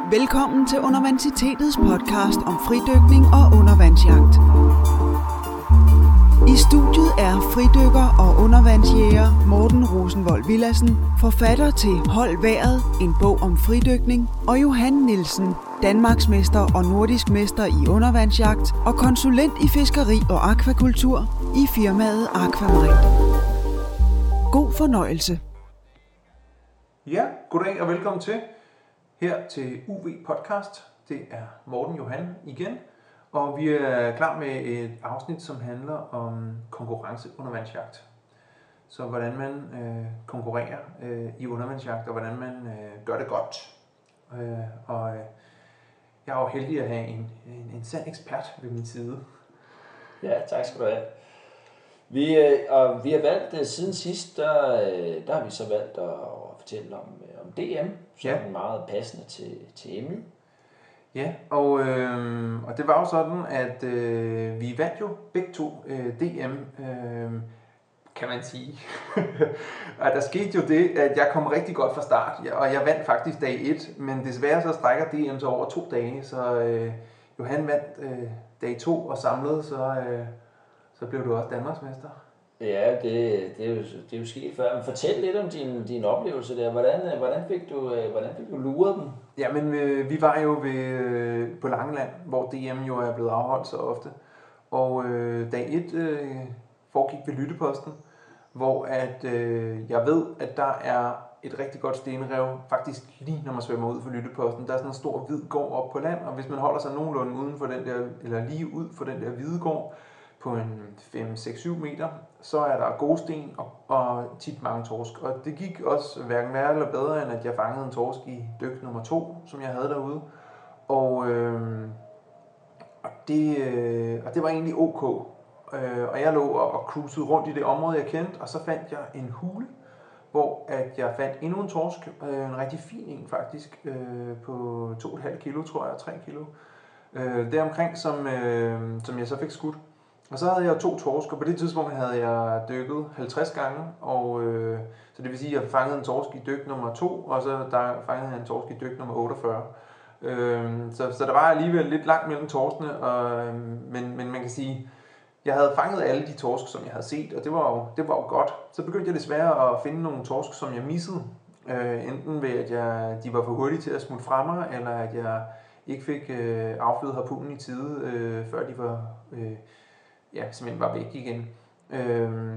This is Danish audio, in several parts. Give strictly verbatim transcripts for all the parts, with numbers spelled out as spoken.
Velkommen til Undervansitetets podcast om fridykning og undervandsjagt. I studiet er fridykker og undervandsjæger Morten Rosenvold Villadsen, forfatter til Hold Vejret, en bog om fridykning, og Johan Nielsen, danmarksmester og nordisk mester i undervandsjagt og konsulent i fiskeri og akvakultur i firmaet Aquamarin. God fornøjelse. Ja, goddag og velkommen til her til U V Podcast. Det er Morten Johan igen, og vi er klar med et afsnit, som handler om konkurrence undervandsjagt. Så hvordan man øh, konkurrerer øh, i undervandsjagt, og hvordan man øh, gør det godt. Øh, og øh, jeg er jo heldig at have en, en, en sand ekspert ved min side. Ja, tak skal du have. Vi, øh, og vi har valgt, øh, siden sidst, der, øh, der har vi så valgt at, at fortælle om, øh, om D M, som ja. er meget passende til, til emnet. Ja, og, øh, og det var jo sådan, at øh, vi vandt jo begge to øh, D M, øh, kan man sige. Og der skete jo det, at jeg kom rigtig godt fra start, og jeg vandt faktisk dag et, men desværre så strækker D M så over to dage, så øh, Johan vandt øh, dag to og samlede, så, øh, så blev du også Danmarksmester. Ja, det, det, er jo, det er jo sket før. Men fortæl lidt om din, din oplevelse der. Hvordan, hvordan, fik du, hvordan fik du luret den? Jamen, øh, vi var jo ved, på Langeland, hvor D M jo er blevet afholdt så ofte. Og øh, dag et øh, foregik ved Lytteposten, hvor at, øh, jeg ved, at der er et rigtig godt stenrev, faktisk lige når man svømmer ud for Lytteposten. Der er sådan en stor hvid gård op på land, og hvis man holder sig nogenlunde uden for den der, eller lige ud for den der hvide gård, på en fem seks syv meter, så er der gode sten og, og tit mange torsk. Og det gik også hverken værre eller bedre, end at jeg fangede en torsk i dyk nummer to, som jeg havde derude. Og, øh, og, det, øh, og det var egentlig ok. Øh, og jeg lå og, og cruisede rundt i det område, jeg kendte, og så fandt jeg en hule, hvor at jeg fandt endnu en torsk, øh, en rigtig fin en faktisk, øh, på to komma fem kilo, tror jeg, tre kilo. Øh, deromkring, som, øh, som jeg så fik skudt. Og så havde jeg to torsk, og på det tidspunkt havde jeg dykket halvtreds gange, og øh, så det vil sige, at jeg fangede en torsk i dyk nummer to, og så der fangede jeg en torsk i dyk nummer otteogfyrre. Øh, så, så der var alligevel lidt langt mellem torskene, og, øh, men, men man kan sige, jeg havde fanget alle de torsk, som jeg havde set, og det var jo, det var jo godt. Så begyndte jeg desværre at finde nogle torsk, som jeg missede, øh, enten ved, at jeg, de var for hurtige til at smutte fra mig, eller at jeg ikke fik øh, affyret harpunen i tide, øh, før de var... Øh, ja, simpelthen var væk igen. Øhm,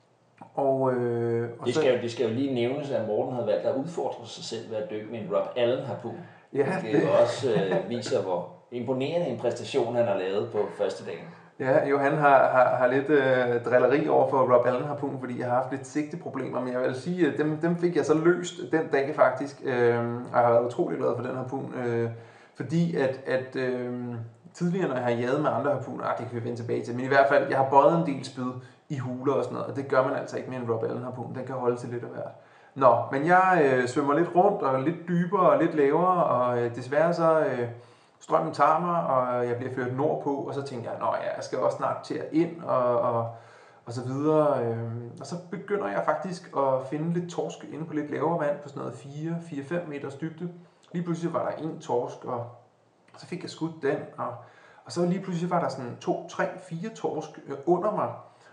og, øh, og det, skal jo, det skal jo lige nævnes, at Morten havde valgt at udfordre sig selv ved at dykke med en Rob Allen harpun. Ja, det, det jo også øh, viser, hvor imponerende en præstation han har lavet på første dagen. Ja, Johan har, har, har lidt øh, drilleri over for Rob Allen harpun, fordi jeg har haft lidt sigteproblemer, men jeg vil sige, at dem, dem fik jeg så løst den dag faktisk, øh, og jeg har været utrolig glad for den harpun, øh, fordi at, at øh, tidligere, når jeg har jaget med andre harpuner, ah, det kan vi vende tilbage til, men i hvert fald, jeg har bøjet en del spyd i huler og sådan noget, og det gør man altså ikke med en Rob Allen harpun, den kan holde til lidt af hvert. Nå, men jeg øh, svømmer lidt rundt, og lidt dybere og lidt lavere, og øh, desværre så øh, strømmen tager mig, og jeg bliver ført nordpå, og så tænker jeg, nå ja, jeg skal også snart til at ind, og, og, og så videre. Øh, og så begynder jeg faktisk at finde lidt torsk inde på lidt lavere vand, på sådan noget fire til fem meters dybde. Lige pludselig var der en torsk, og så fik jeg skudt den, og, og så lige pludselig var der sådan to, tre, fire torsk øh, under mig.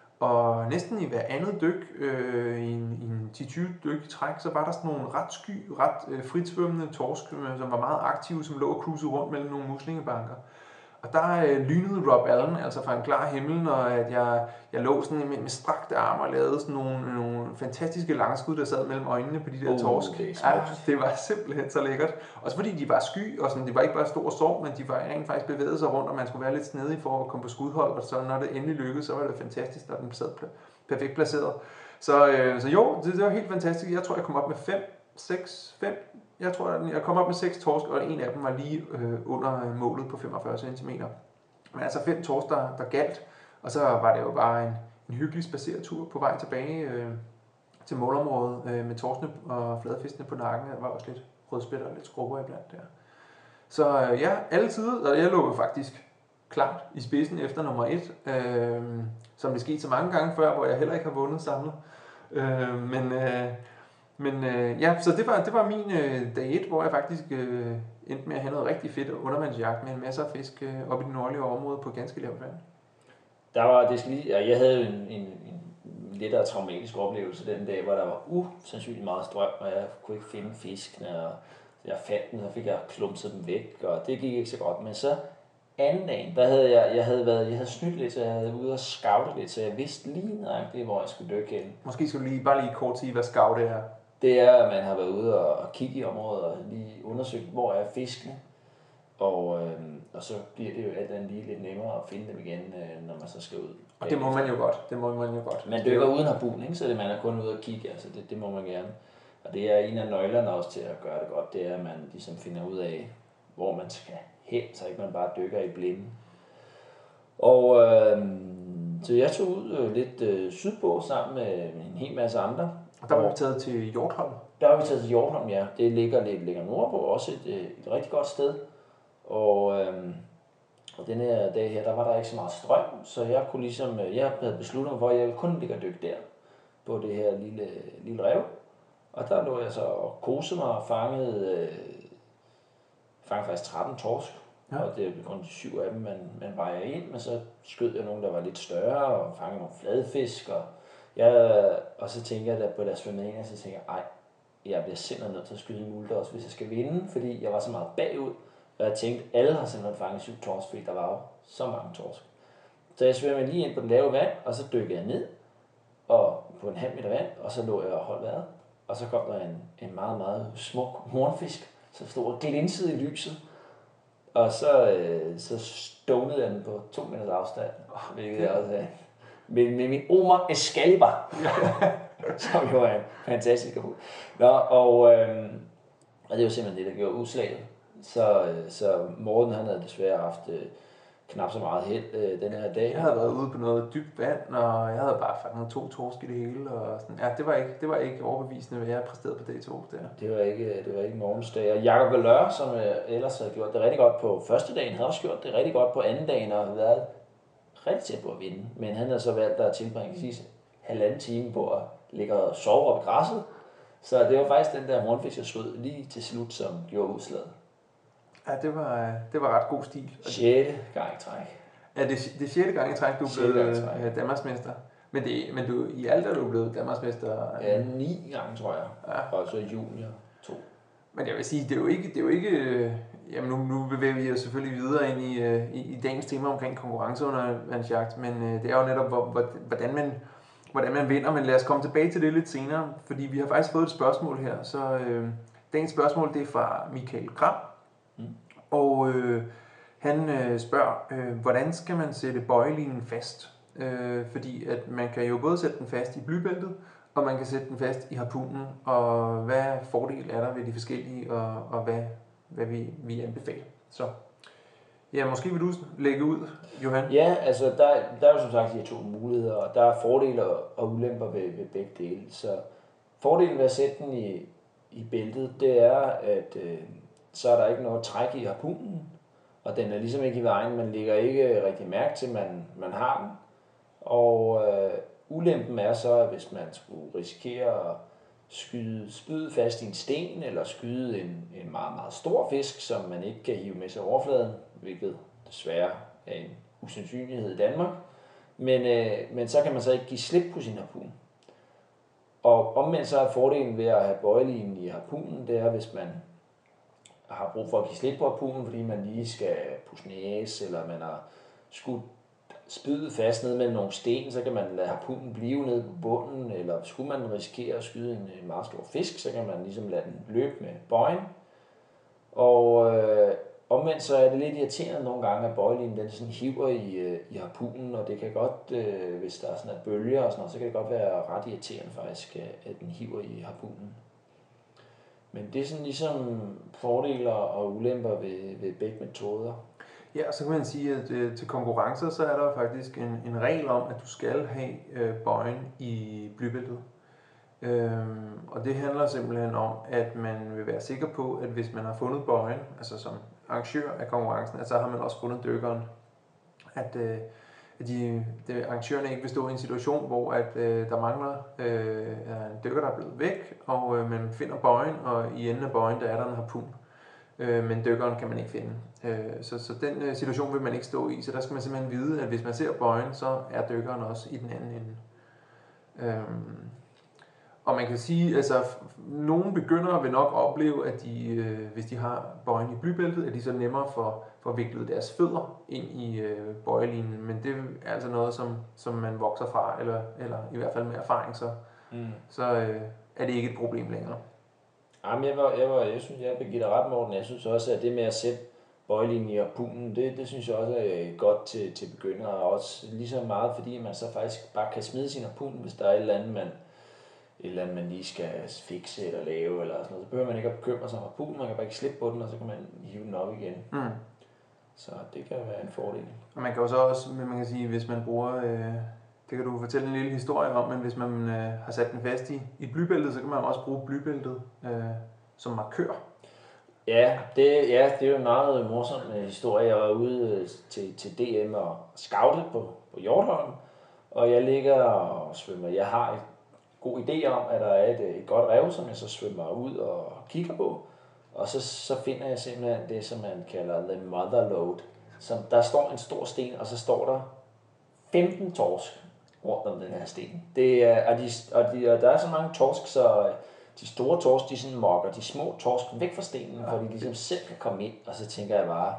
Og næsten i hver andet dyk, øh, i en, i en ti til tyve dyk i træk, så var der sådan nogle ret sky, ret øh, fritsvømmende torsk, øh, som var meget aktive, som lå og cruisede rundt mellem nogle muslingebanker. Og der øh, lynede Rob Allen, altså fra en klar himmel, og at jeg, jeg lå sådan med, med strakte arme og lavede sådan nogle, nogle fantastiske langskud, der sad mellem øjnene på de der oh, torsk. Det, ja, det var simpelthen så lækkert. Også fordi de var sky, og sådan, de var ikke bare stor og sov, men de var rent faktisk bevæget sig rundt, og man skulle være lidt snedig for at komme på skudhold, og så når det endelig lykkedes, så var det fantastisk, da den sad perfekt placeret. Så, øh, så jo, det, det var helt fantastisk. Jeg tror, jeg kom op med fem, seks, fem. Jeg tror, jeg kom op med seks torsk, og en af dem var lige øh, under målet på femogfyrre centimeter. Men altså fem torsk, der, der galt, og så var det jo bare en, en hyggelig spacertur på vej tilbage øh, til målområdet øh, med torskene og fladfiskene på nakken. Der var også lidt rødspætter og lidt skrubber iblandt der. Så øh, ja, alle tider, og jeg lå jo faktisk klart i spidsen efter nummer et, øh, som det skete så mange gange før, hvor jeg heller ikke har vundet samlet. Øh, men... Øh, Men øh, ja, så det var, det var min øh, dag et, hvor jeg faktisk øh, endte med at have noget rigtig fedt undervandsjagt med en masse af fisk øh, op i det nordlige område på ganske lavt vand. Der var, det skal lige, jeg havde en, en, en lettere traumatisk oplevelse den dag, hvor der var usandsynligt meget strøm, og jeg kunne ikke finde fiskene, og jeg fandt dem, så fik jeg klumset dem væk, og det gik ikke så godt. Men så anden dagen, der havde jeg, jeg havde været, jeg havde snydt lidt, så jeg havde været ude og scoute lidt, så jeg vidste lige nøjagtigt, hvor jeg skulle dykke hen. Måske skulle du lige, bare lige kort sige, hvad scout er. Det er, at man har været ude og kigge i området og lige undersøgt, hvor er fiskene. Og, øh, og så bliver det jo alt andet lige lidt nemmere at finde dem igen, øh, når man så skal ud. Og det må man jo godt. Det må man jo godt. Man dykker uden harpun, ikke? Så det man er kun ude og kigge, altså det, det må man gerne. Og det er en af nøglerne også til at gøre det godt, det er, at man ligesom finder ud af, hvor man skal hen, så ikke man bare dykker i blinde. Og øh, så jeg tog ud øh, lidt øh, sydpå sammen med en hel masse andre. Og der var vi taget til Hjortholm. Der var vi taget til Hjortholm, ja. Det ligger lidt længere nordpå, også et, et rigtig godt sted. Og, øhm, og den her dag her, der var der ikke så meget strøm, så jeg kunne ligesom, jeg havde besluttet mig for, at jeg ville kun ligge og dykke der, på det her lille, lille rev. Og der lå jeg så og kosede mig og fangede, øh, fangede faktisk tretten torsk. Ja. Og det er kun de syv af dem, man, man vejer ind, men så skød jeg nogle, der var lidt større, og fangede nogle fladfisk. Og, jeg, og så tænker jeg, at på deres svømmet ind, så tænker jeg, ej, jeg bliver simpelthen nødt til at skyde i multer også, hvis jeg skal vinde, fordi jeg var så meget bagud. Og jeg tænkte, alle har simpelthen fanget syv torsk, fordi der var jo så mange torsk. Så jeg svømmede lige ind på den lave vand, og så dykkede jeg ned og på en halv meter vand, og så lå jeg og holdt vejret. Og så kom der en, en meget, meget smuk hornfisk, som stod og glinsede i lyset. Og så, øh, så stonede jeg den på to meters afstand, hvilket jeg også havde. Med, med min Omer Excalibur, som jo er en fantastisk god. Nå, og, øh, og det var simpelthen det, der gjorde udslaget. Så, så Morten, han havde desværre haft øh, knap så meget held øh, den her dag. Jeg havde været ude på noget dybt vand, og jeg havde bare fanget to torsk i det hele. Og sådan. Ja, det var ikke, det var ikke overbevisende, hvad jeg præsterede på dag to. Der. Det var ikke, det var ikke Mortens dag. Og Jakob Valør, som øh, ellers havde gjort det rigtig godt på første dagen, havde også gjort det rigtig godt på anden dagen, og havde været rigtig tæt på at vinde. Men han havde så valgt at tilbringe sidste halvanden time på at ligge og sove op i græsset. Så det var faktisk den der hornfisk, jeg skød lige til slut, som gjorde udslaget. Ja, det var, det var ret god stil. Sjette gang i træk. Ja, det, det er sjette gang i træk, du er blevet uh, Danmarksmester. Men, det, men du, i alt er du blevet Danmarksmester? Ja, ni gange, tror jeg. Ja. Og så junior to. Men jeg vil sige, det er jo ikke... Det er jo ikke øh, jamen nu, nu bevæger vi os selvfølgelig videre ind i, øh, i, i dagens tema omkring konkurrenceundervandsjagt, men øh, det er jo netop, hvor, hvordan, man, hvordan man vinder. Men lad os komme tilbage til det lidt senere, fordi vi har faktisk fået et spørgsmål her. Så øh, dagens spørgsmål, det er fra Michael Gram. Mm. Og øh, han øh, spørger, øh, hvordan skal man sætte bøjelinen fast? Øh, fordi at man kan jo både sætte den fast i blybæltet, og man kan sætte den fast i harpunen. Og hvad fordel er der ved de forskellige, og, og hvad, hvad vi, vi anbefaler. Så ja, måske vil du lægge ud, Johan? Ja, altså der, der er jo som sagt de her to muligheder, og der er fordele og ulemper ved, ved begge dele. Så fordelen ved at sætte den i, i bæltet, det er, at øh, så er der ikke noget træk i harpunen, og den er ligesom ikke i vejen, man lægger ikke rigtig mærke til, man, man har den. Og øh, ulempen er så, at hvis man skulle risikere at skyde spydet fast i en sten, eller skyde en, en meget, meget stor fisk, som man ikke kan hive med sig overfladen, hvilket desværre er en usandsynlighed i Danmark, men, øh, men så kan man så ikke give slip på sin harpun. Og omvendt så er fordelen ved at have bøjelinen i harpunen, det er, hvis man har brug for at give slip på harpunen, fordi man lige skal pusse næse, eller man har skudt spydet fast ned mellem nogle sten, så kan man lade harpunen blive nede på bunden, eller skulle man risikere at skyde en, en meget stor fisk, så kan man ligesom lade den løbe med bøjen. Og øh, omvendt så er det lidt irriterende nogle gange, at bøjelinen den sådan hiver i, øh, i harpunen, og det kan godt, øh, hvis der er sådan et bølger og sådan noget, så kan det godt være ret irriterende faktisk, at den hiver i harpunen. Men det er sådan ligesom fordele og ulemper ved, ved begge metoder. Ja, så kan man sige, at øh, til konkurrencer, så er der faktisk en, en regel om, at du skal have øh, bøjen i blybæltet. Øhm, og det handler simpelthen om, at man vil være sikker på, at hvis man har fundet bøjen, altså som arrangør af konkurrencen, at så har man også fundet dykkeren. At, øh, at de, de arrangørerne ikke vil stå i en situation, hvor at, øh, der mangler øh, en dykker, der er blevet væk, og øh, man finder bøjen, og i enden af bøjen, der er der en harpun. Øh, men dykkeren kan man ikke finde. Øh, så, så den øh, situation vil man ikke stå i, så der skal man simpelthen vide, at hvis man ser bøjen, så er dykkeren også i den anden ende. Øh, og man kan sige, altså nogle begyndere vil nok opleve, at de, øh, hvis de har bøjen i blybæltet, at de så nemmere får, får viklet deres fødder ind i øh, bøjelinen, men det er altså noget, som, som man vokser fra, eller, eller i hvert fald med erfaring, så, mm. så øh, er det ikke et problem længere. Jamen, jeg, var, jeg, var, jeg synes, jeg vil give dig ret, Morten. Jeg synes også, at det med at sætte bøjelinjen i harpunen, det, det synes jeg også er godt til, til begyndere, og også lige så meget, fordi man så faktisk bare kan smide sin harpun, hvis der er et eller andet, man, et eller andet, man lige skal fikse eller lave, eller sådan noget. Så behøver man ikke at bekymre sig om harpunen, man kan bare ikke slippe på den, og så kan man hive den op igen. Mm. Så det kan være en fordel. Og man kan jo så også, man kan sige, hvis man bruger, øh, det kan du fortælle en lille historie om, men hvis man øh, har sat den fast i, i blybæltet, så kan man også bruge blybæltet øh, som markør. Ja, det, ja, det er jo en meget morsom historie. Jeg var ude til, til D M og scoute på, på Hjortholm, og jeg ligger og svømmer. Jeg har en god idé om, at der er et, et godt rev, som jeg så svømmer ud og kigger på. Og så, så finder jeg simpelthen det, som man kalder the mother load. Som der står en stor sten, og så står der femten torsk rundt om den her sten. Det er, og, de, og, de, og der er så mange torsk, så de store torsk, de sådan mokker de små torsk væk fra stenen, ja, for de ligesom selv kan komme ind. Og så tænker jeg bare,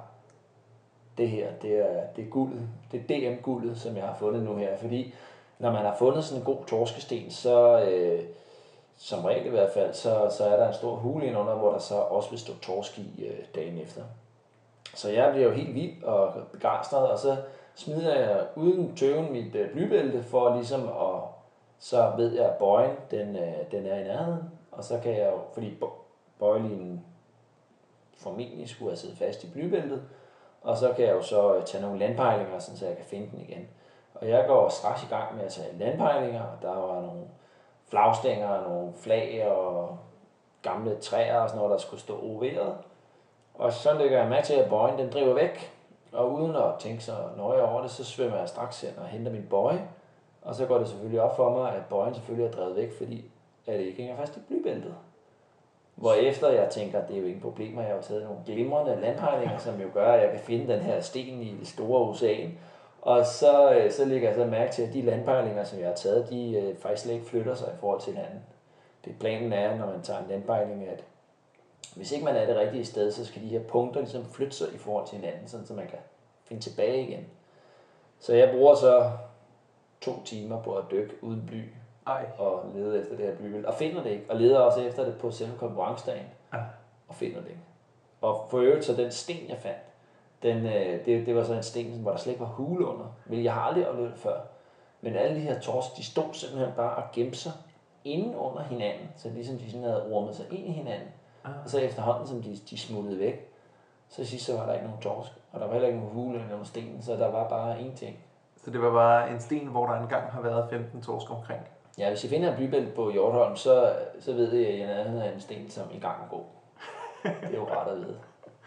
det her, det er, det er guldet. Det er D M-guldet, som jeg har fundet nu her. Fordi når man har fundet sådan en god torskesten, så øh, som regel i hvert fald, så, så er der en stor hule indenunder, hvor der så også vil stå torsk i øh, dagen efter. Så jeg bliver jo helt vild og begejstret, og så smider jeg uden tøven mit øh, blybælte, for ligesom at, så ved jeg, at bøjen, den, øh, den er i nærheden, og så kan jeg jo, fordi bøjelinen formentlig skulle have siddet fast i blybæltet, og så kan jeg jo så tage nogle landpejlinger, så jeg kan finde den igen. Og jeg går straks i gang med at tage landpejlinger, og der var nogle flagstænger og nogle flag og gamle træer og sådan noget, der skulle stå overet. Og så lægger jeg mærke til, at bøjen den driver væk, og uden at tænke så nøje over det, så svømmer jeg straks hen og henter min bøje. Og så går det selvfølgelig op for mig, at bøjen selvfølgelig er drevet væk, fordi at det ikke hænger fast i blybæltet. Hvorefter jeg tænker, at det er jo ingen problemer. Jeg har taget nogle glimrende landpejlinger, som jo gør, at jeg kan finde den her sten i det store ocean. Og så, så lægger jeg så mærke til, at de landpejlinger, som jeg har taget, de øh, faktisk slet ikke flytter sig i forhold til hinanden. Det planen er, når man tager en landpejling, at hvis ikke man er det rigtige sted, så skal de her punkter ligesom flytte sig i forhold til hinanden, sådan, så man kan finde tilbage igen. Så jeg bruger så to timer på at dykke uden bly. Ej. Og lede efter det her blybælte. Og finder det ikke. Og leder også efter det på selve konkurrencedagen. Ja. Og finder det ikke. Og for øvrigt, så den sten, jeg fandt, den, det, det var så en sten, hvor der slet ikke var hule under. Men jeg har aldrig oplevet det før. Men alle de her torsk, de stod simpelthen bare og gemte sig inden under hinanden. Så ligesom de sådan havde rummet sig ind i hinanden. Ja. Og så efterhånden, som de, de smuttede væk, så sidst så var der ikke nogen torsk. Og der var heller ikke nogen hule eller nogen sten. Så der var bare én ting. Så det var bare en sten, hvor der engang har været femten torsk omkring? Ja, hvis jeg finder en blybælte på Hjortholm, så, så ved jeg, at jeg er en sten, som i gang er god. Det er jo ret at vide.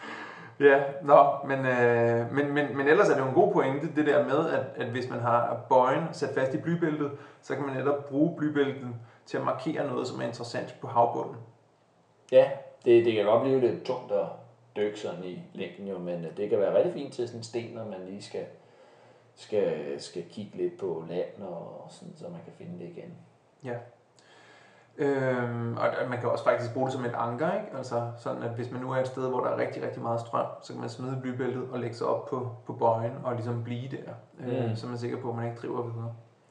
Ja, nå, men, øh, men, men, men ellers er det jo en god pointe, det der med, at, at hvis man har bøjen sat fast i blybæltet, så kan man netop bruge blybælten til at markere noget, som er interessant på havbunden. Ja, det, det kan godt blive lidt tungt at dykke sådan i længden jo, men det kan være rigtig fint til sådan en sten, når man lige skal... Skal, skal kigge lidt på land, og sådan, så man kan finde det igen. Ja. Øhm, og man kan også faktisk bruge det som et anker, ikke? Altså sådan, at hvis man nu er et sted, hvor der er rigtig, rigtig meget strøm, så kan man smide blybæltet og lægge sig op på, på bøjen og ligesom blive der. Mm. Øh, så er man sikker på, at man ikke driver videre.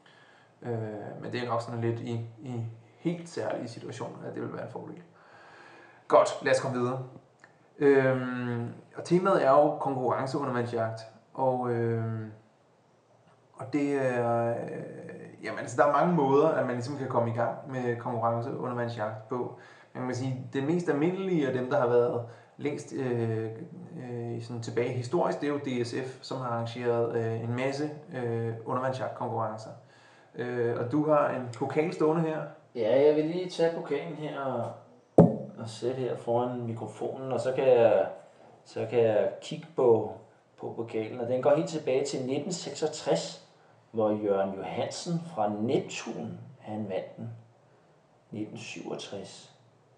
Øh, men det er nok sådan lidt i, i helt særlige situationer, at det vil være en fordel. Godt, lad os komme videre. Øhm, og temaet er jo konkurrenceundervandsjagt. Og... Øhm, Og det er, øh, jamen, altså, der er mange måder, at man ligesom kan komme i gang med konkurrenceundervandsjagt på. Man kan sige, det mest almindelige af dem, der har været længst øh, øh, sådan tilbage historisk, det er jo D S F, som har arrangeret øh, en masse øh, undervandsjagtkonkurrencer. Øh, og du har en pokal stående her. Ja, jeg vil lige tage pokalen her og, og sætte her foran mikrofonen, og så kan jeg, så kan jeg kigge på, på pokalen. Og den går helt tilbage til nitten seksogtres. hvor Jørgen Johansen fra Neptun, han vandt den nitten syvogtres.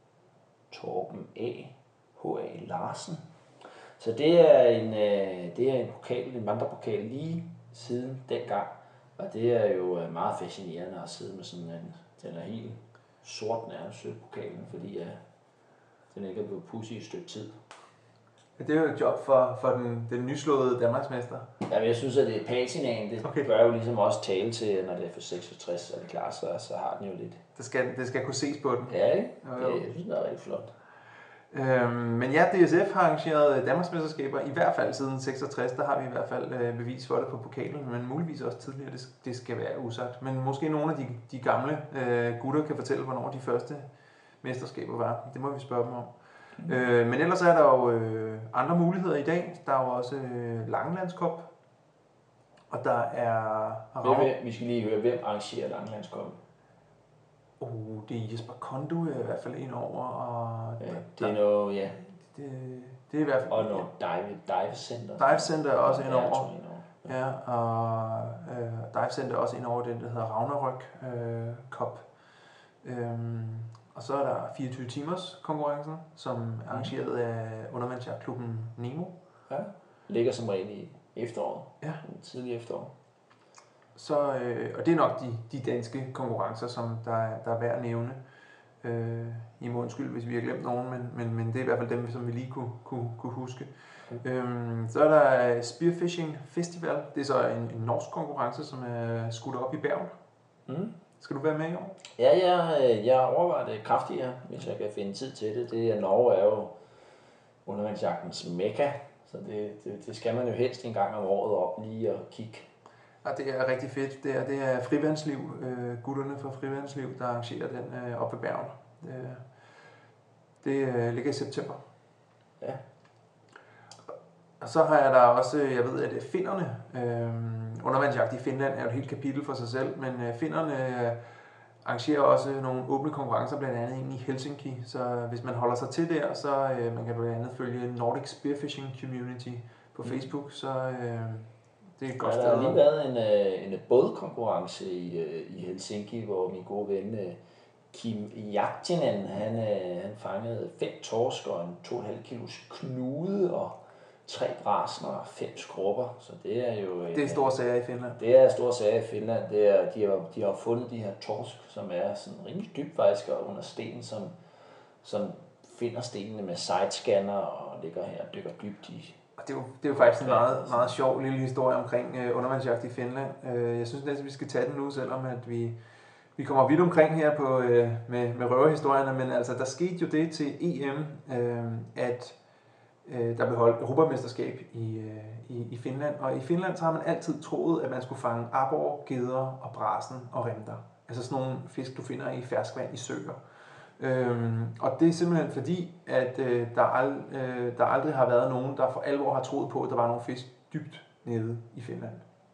Torben A. H A. Larsen. Så det er en, øh, det er en pokal, en vandrepokal lige siden dengang. Og det er jo meget fascinerende at sidde med sådan en, den er helt sort nærmest pokalen, fordi ja, den ikke er blevet pudset i et stykke tid. Det er jo et job for, for den, den nyslåede Danmarksmester. Ja, men jeg synes, at det er patinaen, det okay. Bør jo ligesom også tale til, når det er for seksogtres, er det klart, så, så har den jo lidt. Det skal, det skal kunne ses på den. Ja, ikke? Det, jeg synes, det er rigtig flot. Øhm, men ja, D S F har arrangeret Danmarksmesterskaber, i hvert fald siden seksogtres, der har vi i hvert fald øh, bevis for det på pokalen, men muligvis også tidligere, det, det skal være usagt. Men måske nogle af de, de gamle øh, gutter kan fortælle, hvornår de første mesterskaber var. Det må vi spørge dem om. Mm. Øh, men ellers er der jo øh, andre muligheder i dag. Der er jo også øh, Langelandskop, og der er... Hvem, vi skal lige høre, hvem arrangerer Langelandskop? Oh, det er Jesper Kondo i hvert fald ind over, og ja, det er noget, ja. Det, det er i hvert fald... Og noget dive, dive center. Dive center er også ind over. Ja, ja, og øh, dive center er også ind over den, der hedder Ragnarok øh, Cup. Øhm, og så er der fireogtyve timers konkurrencen, som er arrangeret af undervandsjagtklubben Nemo. Ja, ligger som regel i efteråret. Ja. Tidlig efterår. Så, øh, og det er nok de, de danske konkurrencer, som der, der er værd at nævne. Øh, I må undskylde, hvis vi har glemt nogen, men, men, men det er i hvert fald dem, som vi lige kunne, kunne, kunne huske. Okay. Øhm, så er der Spearfishing Festival. Det er så en, en norsk konkurrence, som er skudt op i Bergen. Mm. Skal du være med i år? Ja, jeg, jeg overvejer det kraftigere, hvis jeg kan finde tid til det. Det er Norge er jo undervandsjagtens mekka, så det, det, det skal man jo helst en gang om året op lige og kigge. Ja, det er rigtig fedt. Det er, det er Frivandsliv, øh, gutterne fra Frivandsliv, der arrangerer den øh, op ved Bergen. Det, det øh, ligger i september. Ja. Og så har jeg der også, jeg ved, at finnerne, øh, undervandsjagt i Finland er jo et helt kapitel for sig selv, men øh, finnerne øh, arrangerer også nogle åbne konkurrencer, blandt andet i Helsinki. Så hvis man holder sig til der, så øh, man kan blandt andet følge Nordic Spearfishing Community på mm. Facebook, så øh, det er et godt sted. Der har lige været en, en bådkonkurrence i, i Helsinki, hvor min gode ven Kim Jaktinen, han, han fangede fem torsk og en to komma fem kilos knude og tre brasner og fem skrubber, så det er jo... Det er store sager i Finland. Det er store sager i Finland. Det er, de, har, de har fundet de her torsk, som er sådan rimelig dybt faktisk under sten, som, som finder stenene med sidescanner og ligger her og dykker dybt i. Det er, jo, det er jo faktisk en meget, meget sjov lille historie omkring øh, undervandsjagt i Finland. Øh, jeg synes næsten, vi skal tage den nu, selvom at vi, vi kommer vidt omkring her på, øh, med, med røverhistorierne, men altså, der skete jo det til E M, øh, at øh, der blev holdt europamesterskab i, øh, i, i Finland, og i Finland så har man altid troet, at man skulle fange aborre, gedder og brasen og remter. Altså sådan nogle fisk, du finder i ferskvand i søer. Øhm, og det er simpelthen fordi, at øh, der, ald, øh, der aldrig har været nogen, der for alvor har troet på, at der var nogle fisk dybt nede i Finland.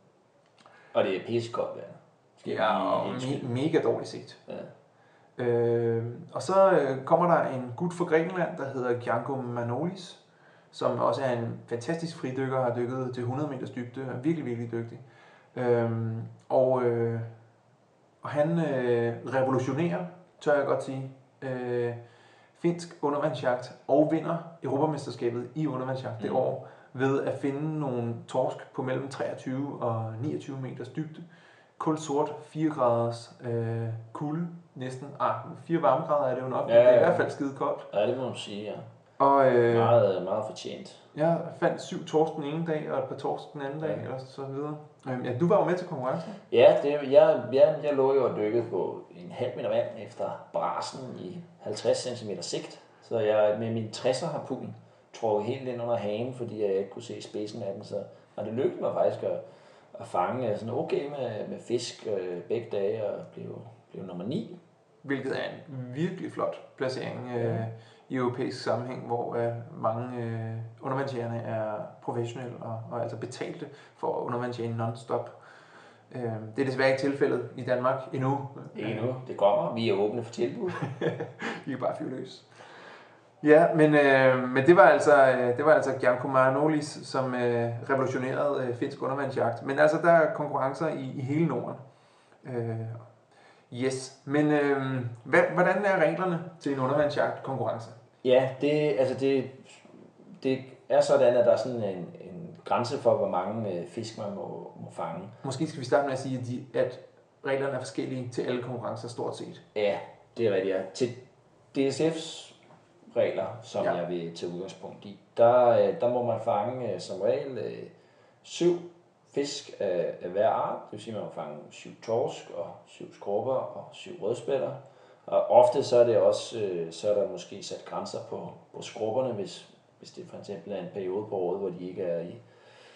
Og det er pissekoldt vand. Ja, og me- mega dårligt set. Ja. Øh, og så øh, kommer der en gut fra Grækenland, der hedder Gianco Manolis, som også er en fantastisk fridykker, har dykket til hundrede meters dybde, er virkelig, virkelig dygtig. Øh, og, øh, og han øh, revolutionerer, tør jeg godt sige, øh, finsk undervandsjagt og vinder Europamesterskabet i undervandsjagt det mm. år ved at finde nogle torsk på mellem treogtyve og niogtyve meters dybde. Kulsort, fire graders øh, kulde, næsten. Ah, fire varmegrader er det jo nok, ja, ja. Det er i hvert fald skide koldt. Ja, det må man sige, ja. Og, øh, meget, meget fortjent. Jeg fandt syv torsk den ene dag, og et par torsk den anden dag, ja. Eller så videre. Øh, ja, du var jo med til konkurrencen. Ja, det, jeg, jeg, jeg lå jo og dykkede på en halv meter vand efter brasen i halvtreds centimeter sigt. Så jeg med min tresser harpun trukket helt ind under hagen, fordi jeg ikke kunne se spidsen af den. Så, og det lykkedes mig faktisk at, at fange sådan okay med, med fisk øh, begge dage og blev, blev nummer ni. Hvilket er en virkelig flot placering øh, ja. i europæisk sammenhæng, hvor øh, mange øh, undervandsjægerne er professionelle og, og altså betalte for at undervandsjæge non-stop. Øh, det er desværre ikke tilfældet i Danmark endnu. Endnu. Det kommer. Vi er åbne for tilbud. Vi kan bare fyre løs. Ja, men, øh, men det var altså, øh, det var altså Gianco Maranolis, som øh, revolutionerede øh, finsk undervandsjagt. Men altså, der er konkurrencer i, i hele Norden. Øh, yes, men øh, hvad, hvordan er reglerne til en undervandsjagt konkurrence? Ja, det, altså det, det er sådan, at der er sådan en, en grænse for, hvor mange øh, fisk man må, må fange. Måske skal vi starte med at sige, at, de, at reglerne er forskellige til alle konkurrencer stort set. Ja, det er rigtigt. Ja. Til D S F's regler, som ja. jeg vil tage udgangspunkt i, der, der må man fange som regel øh, syv fisk af, af hver art. Det vil sige, at man må fange syv torsk og syv skrubber og syv rødspætter. Og ofte så er det også, øh, så er der måske sat grænser på, på skrubberne, hvis, hvis det for eksempel er en periode på året, hvor de ikke er i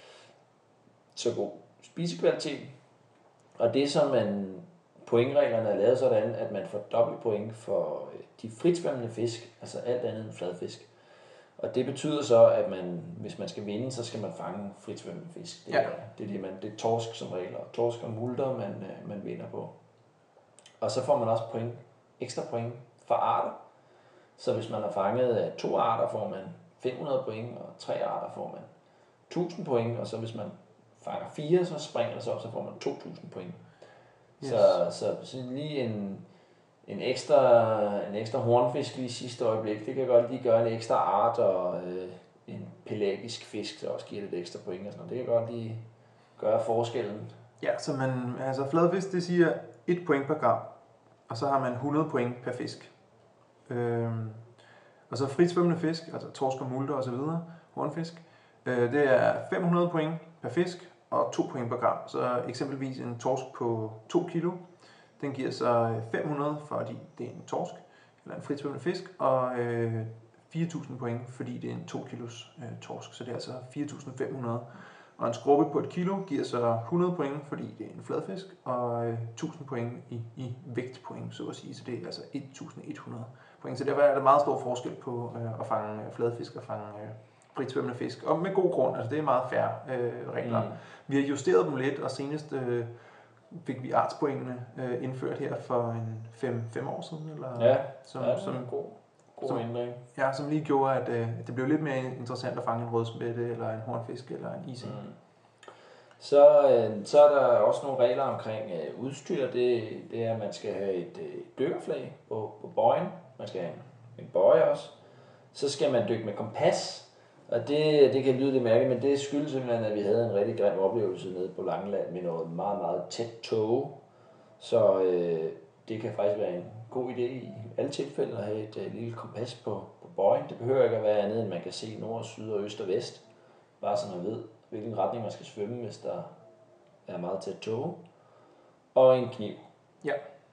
så god spisekvalitet. Og det som man, pointreglerne er lavet sådan, at man får dobbelt point for de fritsvømmende fisk, altså alt andet end fladfisk. Og det betyder så, at man, hvis man skal vinde, så skal man fange fritsvømmende fisk. Det, ja. er, det er det, man, det er torsk som regel, og torsk og multer, man, man vinder på. Og så får man også point, ekstra point for arter. Så hvis man har fanget to arter, får man fem hundrede point, og tre arter får man tusind point, og så hvis man fanger fire, så springer det så op, så får man to tusind point. Yes. Så, så, så lige en, en, ekstra, en ekstra hornfisk lige i sidste øjeblik, det kan godt lige gøre en ekstra art, og øh, en pelagisk fisk, der også giver lidt ekstra point og sådan noget. Det kan godt lige gøre forskellen. Ja, så man, altså fladfisk, det siger et point per gram, og så har man hundrede point per fisk. Øhm, og så fritsvømmende fisk, altså torsk og multer og så videre, hornfisk, øh, det er fem hundrede point per fisk, og to point per gram. Så eksempelvis en torsk på to kilo, den giver så fem hundrede, fordi det er en torsk, eller en fritsvømmende fisk, og øh, fire tusind point, fordi det er en to kilos øh, torsk, så det er altså fire tusind fem hundrede. Og en skrubbe på et kilo giver så hundrede point, fordi det er en fladfisk, og øh, tusind point i, i vægtpoint, så at sige, så det er altså et tusind et hundrede point. Så derfor er der meget stor forskel på øh, at fange fladfisk og fange øh, fritsvømmende fisk, og med god grund, altså det er meget fair øh, regler. Mm. Vi har justeret dem lidt, og senest øh, fik vi artspointene øh, indført her for en fem år siden, eller ja, som, ja, som, god, god som, ændring. Ja, som lige gjorde, at øh, det blev lidt mere interessant at fange en rødspætte, eller en hornfisk, eller en ising. Mm. Så, øh, så er der også nogle regler omkring øh, udstyr. Det, det er, at man skal have et øh, dykkerflag på, på bøjen. Man skal have en, en bøje også. Så skal man dykke med kompas. Og det, det kan lyde lidt mærkeligt, men det skyldes simpelthen, at vi havde en rigtig grim oplevelse nede på Langeland med noget meget, meget tæt tåge. Så øh, det kan faktisk være en god idé i alle tilfælde at have et øh, lille kompas på, på bøjen. Det behøver ikke at være andet, end man kan se nord, syd, og øst og vest. Bare så man ved, hvilken retning man skal svømme, hvis der er meget tæt tåge. Og en kniv. Ja.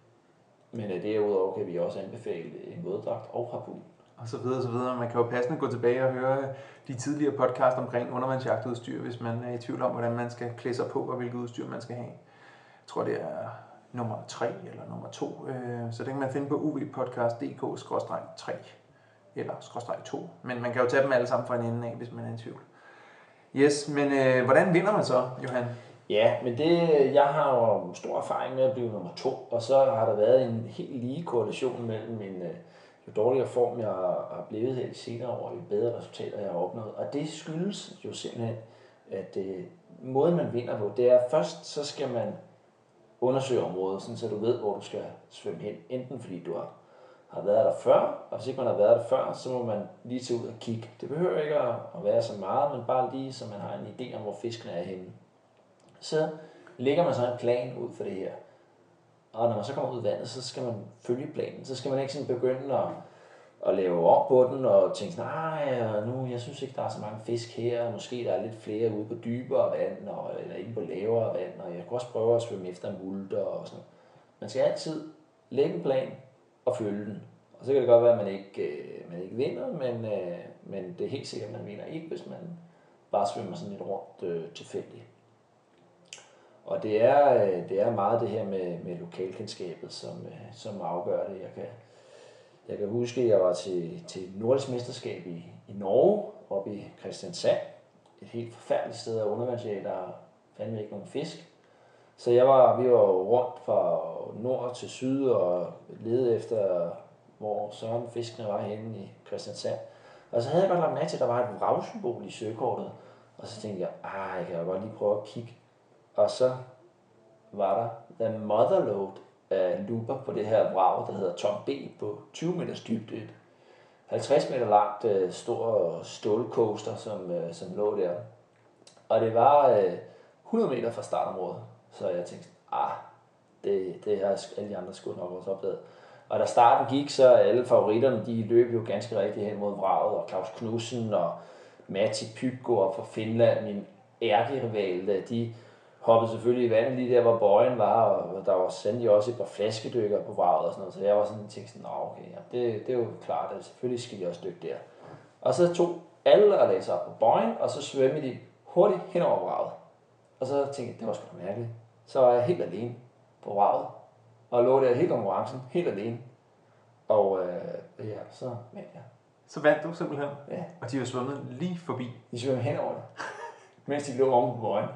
Men øh, derudover kan vi også anbefale en våddragt og harpun. Og så videre, så videre. Man kan jo passende gå tilbage og høre de tidligere podcast omkring undervandsjagtudstyr, hvis man er i tvivl om, hvordan man skal klæde sig på, og hvilket udstyr man skal have. Jeg tror, det er nummer tre eller nummer to. Så det kan man finde på u v podcast punktum d k skråstreg tre eller skråstreg to. Men man kan jo tage dem alle sammen fra en ende af, hvis man er i tvivl. Yes, men øh, hvordan vinder man så, Johan? Ja, men det, jeg har jo stor erfaring med at blive nummer to, og så har der været en helt lige korrelation mellem min jo dårligere form, jeg har blevet her de senere år, jo bedre resultater, jeg har opnået. Og det skyldes jo simpelthen, at øh, måden man vinder på, det er først, så skal man undersøge området, sådan, så du ved, hvor du skal svømme hen. Enten fordi du har, har været der før, og hvis ikke man har været der før, så må man lige tage ud og kigge. Det behøver ikke at, at være så meget, men bare lige, så man har en idé om, hvor fiskene er henne. Så lægger man så en plan ud for det her. Og når man så kommer ud i vandet, så skal man følge planen. Så skal man ikke sådan begynde at, at lave op på den og tænke, nej, nu, jeg synes ikke, der er så mange fisk her. Måske der er lidt flere ude på dybere vand, og, eller inde på lavere vand. Og jeg kan også prøve at svømme efter multer og sådan noget. Man skal altid lægge en plan og følge den. Og så kan det godt være, at man ikke, man ikke vinder, men, men det er helt sikkert, at man vinder ikke, hvis man bare svømmer sådan lidt rundt øh, tilfældigt. Og det er, det er meget det her med, med lokalkendskabet, som, som afgør det. Jeg kan, jeg kan huske, at jeg var til, til et nordisk mesterskab i, i Norge, oppe i Kristiansand. Et helt forfærdeligt sted at undervandsjage, der fandme ikke nogen fisk. Så jeg var, vi var rundt fra nord til syd og ledede efter hvor Søren fiskene var henne i Kristiansand. Og så havde jeg godt lagt mærke til, at der var et vragsymbol i søkortet. Og så tænkte jeg, ah, jeg kan jo godt lige prøve at kigge. Og så var der The Motherlode af looper på det her vrag, der hedder Tom B på tyve meters dybde. Et halvtreds meter langt stor stålcoaster, som, som lå der. Og det var hundrede meter fra startområdet. Så jeg tænkte, ah, det, det har alle de andre skulle nok også opdaget. Og da starten gik, så alle favoritterne, de løb jo ganske rigtig hen mod vraget, og Claus Knudsen og Matti Pyggo op fra Finland, min ærkerival, de hoppede selvfølgelig i vandet lige der, hvor bøjen var, og der var sandelig også et par flaskedykker på vraget og sådan noget, så jeg var sådan tænkt sådan, okay, ja, det, det er jo klart, at selvfølgelig skal de også dykke der. Og så tog alle og lagde sig op på bøjen, og så svømmede de hurtigt hen over vraget. Og så tænkte jeg, det var sgu da mærkeligt. Så var jeg helt alene på vraget, og lå der hele konkurrencen, helt alene. Og øh, ja, så vandt jeg. Så vandt du simpelthen? Ja. Og de var svømmet lige forbi? De svømmede hen over det, mens de lå oven på bøjen.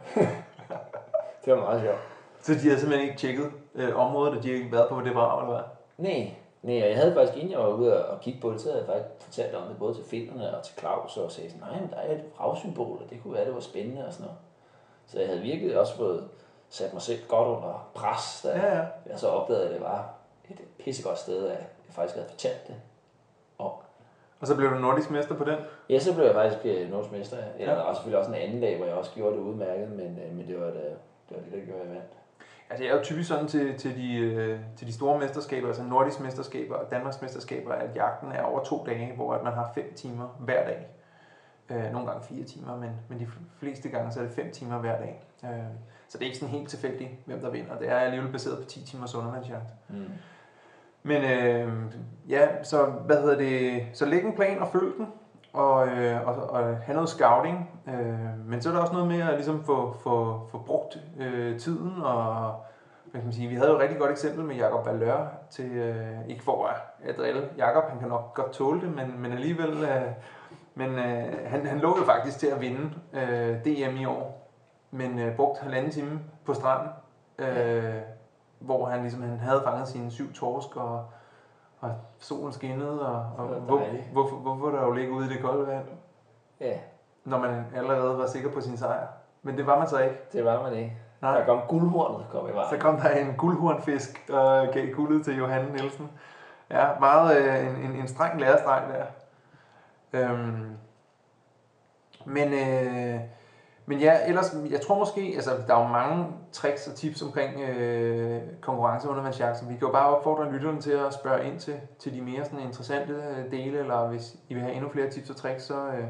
Det var meget sjovt. Så de havde simpelthen ikke tjekket øh, området, og de havde ikke været på det vrag, eller hvad? Nej, nej, og jeg havde faktisk, inden jeg var ude og kigge på det, så havde jeg faktisk fortalt om det både til finnerne og til Claus, og sagde sådan, nej, men der er et vragsymbol, og det kunne være, det var spændende og sådan noget. Så jeg havde virkelig også fået sat mig selv godt under pres, da ja, ja. jeg så opdagede, at det var et pissegodt sted, at jeg faktisk havde fortalt det om. Og så blev du nordisk mester på den? Ja, så blev jeg faktisk nordisk mester. Eller der var selvfølgelig også en anden dag, hvor jeg også gjorde det udmærket, men, men det var det, det, var det der gjorde jeg vandt. Altså, det er jo typisk sådan til, til, de, til de store mesterskaber, altså nordisk mesterskaber og Danmarks mesterskaber, at jagten er over to dage, hvor at man har fem timer hver dag. Øh, nogle gange fire timer, men, men de fleste gange så er det fem timer hver dag. Øh, så det er ikke sådan helt tilfældigt, hvem der vinder. Det er alligevel baseret på ti timers undervandsjagt. Mm. Men øh, ja, så hvad hedder det, så læg en plan og følg den, og, øh, og, og have noget scouting. Øh, men så er der også noget med at ligesom få, få, få brugt øh, tiden, og hvad kan man sige, vi havde jo et rigtig godt eksempel med Jakob Valør til, øh, ikke for at drille Jakob, han kan nok godt tåle det, men, men alligevel, øh, men øh, han, han lå jo faktisk til at vinde øh, D M i år, men øh, brugt halvanden time på stranden. Øh, hvor han ligesom han havde fanget sine syv torsk, og, og solen skinnede, og, og hvor, hvorfor, hvorfor der jo ligge ude i det kolde vand? Ja. Når man allerede var sikker på sin sejr. Men det var man så ikke. Det var man ikke. Nej. Der kom guldhornet, kom i vejen. Så kom der en guldhornfisk, der gav guldet til Johan Nielsen. Ja, meget øh, en, en, en streng lærestreg der. Øhm, men... Øh, Men ja, ellers, jeg tror måske, altså der er jo mange tricks og tips omkring øh, konkurrenceundervandsjagt, så vi kan jo bare opfordre lytterne til at spørge ind til, til de mere sådan interessante øh, dele, eller hvis I vil have endnu flere tips og tricks, så, øh,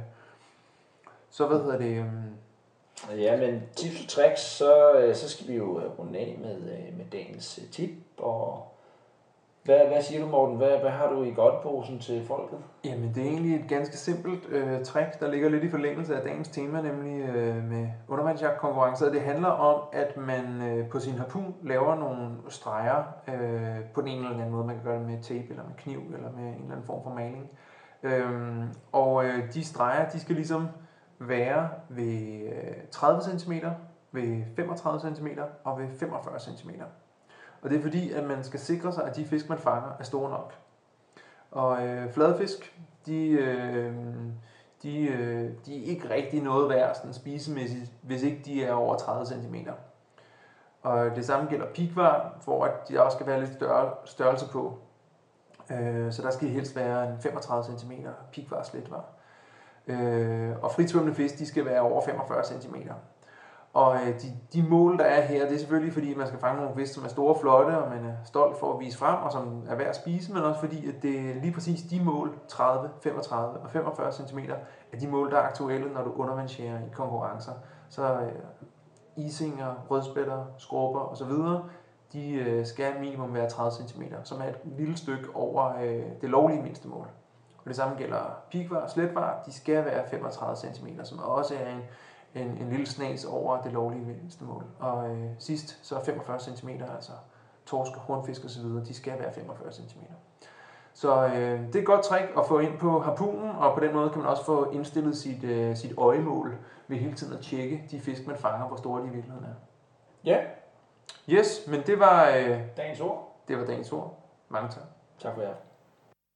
så hvad hedder det? Øh... Ja, men tips og tricks, så, øh, så skal vi jo runde af med, øh, med dagens øh, tip, og hvad, hvad siger du, Morten? Hvad, hvad har du i godtposen til folket? Jamen, det er egentlig et ganske simpelt øh, trick, der ligger lidt i forlængelse af dagens tema, nemlig øh, med undervandsjagtkonkurrencer. Det handler om, at man øh, på sin harpun laver nogle streger øh, på den ene eller anden måde. Man kan gøre det med tape, eller med kniv, eller med en eller anden form for maling. Øhm, og øh, de streger, de skal ligesom være ved øh, tredive centimeter, ved femogtredive centimeter og ved femogfyrre centimeter. Og det er fordi, at man skal sikre sig, at de fisk, man fanger, er store nok. Og øh, fladfisk, de, øh, de, øh, de er ikke rigtig noget værd sådan spisemæssigt, hvis ikke de er over tredive centimeter. Og det samme gælder pikvar, hvor de også skal være lidt større størrelse på. Øh, så der skal helst være en femogtredive centimeter pikvar sletvar. Øh, og fritsvømmende fisk, de skal være over femogfyrre centimeter. Og de, de mål, der er her, det er selvfølgelig fordi, at man skal fange nogle fisk, som er store og flotte, og man er stolt for at vise frem, og som er værd at spise, men også fordi, at det er lige præcis de mål, tredive, femogtredive og femogfyrre centimeter, er de mål, der er aktuelle, når du undervandsjæger i konkurrencer. Så øh, isinger, rødspætter, skorper osv., de øh, skal minimum være tredive centimeter, som er et lille stykke over øh, det lovlige mindstemål. Og det samme gælder pikvar og sletvar, de skal være femogtredive centimeter, som også er en En, en lille snas over det lovlige mindstemål. Og øh, sidst så er femogfyrre centimeter, altså torsk, hornfisk og så videre, de skal være femogfyrre centimeter. Så øh, det er et godt trick at få ind på harpunen, og på den måde kan man også få indstillet sit, øh, sit øjemål ved hele tiden at tjekke de fisk, man fanger, hvor store de i virkeligheden er. Ja. Yes, men det var... Øh, dagens ord. Det var dagens ord. Mange tak. Tak for jer.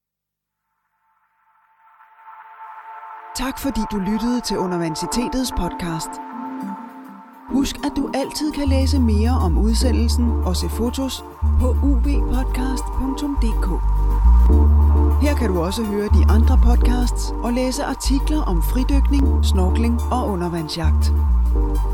Tak fordi du lyttede til Universitetets podcast. Husk, at du altid kan læse mere om udsendelsen og se fotos på u v podcast punktum d k. Her kan du også høre de andre podcasts og læse artikler om fridykning, snorkling og undervandsjagt.